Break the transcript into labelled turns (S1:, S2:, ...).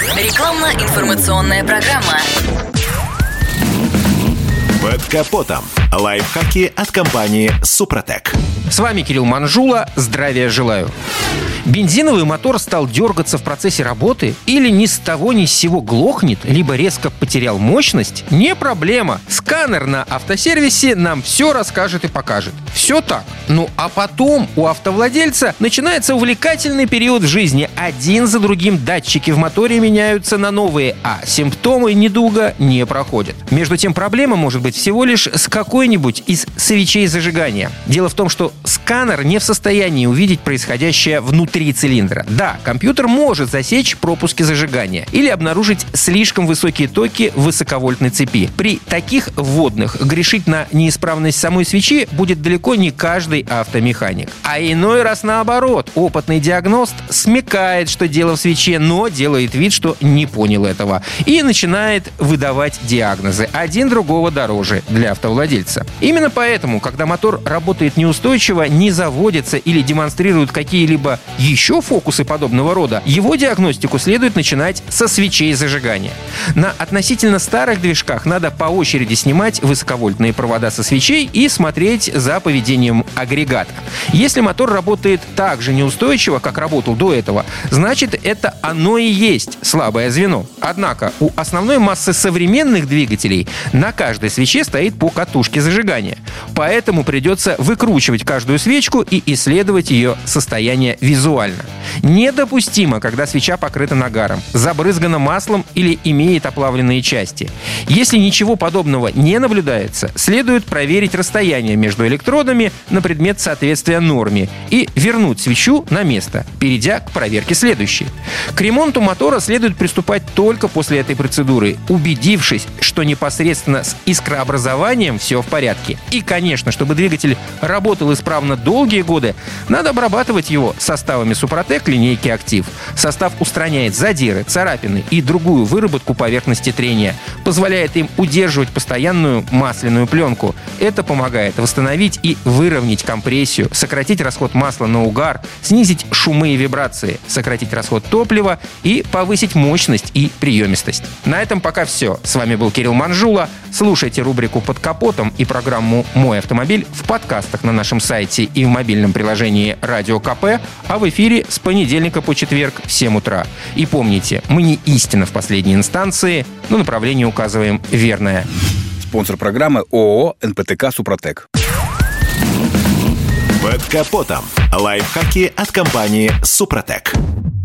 S1: Рекламно-информационная программа.
S2: Под капотом. Лайфхаки от компании «Супротек».
S3: С вами Кирилл Манжула. Здравия желаю. Бензиновый мотор стал дергаться в процессе работы или ни с того ни с сего глохнет, либо резко потерял мощность? Не проблема. Сканер на автосервисе нам все расскажет и покажет. Все так. Ну а потом у автовладельца начинается увлекательный период в жизни. Один за другим датчики в моторе меняются на новые, а симптомы недуга не проходят. Между тем, проблема может быть всего лишь с какой-нибудь из свечей зажигания. Дело в том, что сканер не в состоянии увидеть происходящее внутри цилиндра. Да, компьютер может засечь пропуски зажигания или обнаружить слишком высокие токи в высоковольтной цепи. При таких вводных грешить на неисправность самой свечи будет далеко не каждый автомеханик. А иной раз наоборот. Опытный диагност смекает, что дело в свече, но делает вид, что не понял этого. И начинает выдавать диагнозы. Один другого дороже для автовладельца. Именно поэтому, когда мотор работает неустойчиво, не заводится или демонстрирует какие-либо еще фокусы подобного рода, его диагностику следует начинать со свечей зажигания. На относительно старых движках надо по очереди снимать высоковольтные провода со свечей и смотреть за поведением агрегата. Если мотор работает так же неустойчиво, как работал до этого, значит, это оно и есть слабое звено. Однако у основной массы современных двигателей на каждой свече стоит по катушке зажигания. Поэтому придется выкручивать каждую свечку и исследовать ее состояние визуально. Недопустимо, когда свеча покрыта нагаром, забрызгана маслом или имеет оплавленные части. Если ничего подобного не наблюдается, следует проверить расстояние между электродами на предмет соответствия норме и вернуть свечу на место, перейдя к проверке следующей. К ремонту мотора следует приступать только после этой процедуры, убедившись, что непосредственно с искрообразованием все в порядке. И, конечно, чтобы двигатель работал исправно долгие годы, надо обрабатывать его составами Супротек линейки «Актив». Состав устраняет задиры, царапины и другую выработку поверхности трения, позволяет им удерживать постоянную масляную пленку. Это помогает восстановить и выровнять компрессию, сократить расход масла на угар, снизить шумы и вибрации, сократить расход топлива и повысить мощность и приемистость. На этом пока все. С вами был Кирилл Манжула. Слушайте рубрику «Под капотом» и программу «Мой автомобиль» в подкастах на нашем сайте и в мобильном приложении «Радио КП», а в эфире с понедельника по четверг в 7 утра. И помните, мы не истина в последней инстанции, но направление указываем верное.
S4: Спонсор программы ООО «НПТК Супротек».
S2: Под капотом. Лайфхаки от компании «Супротек».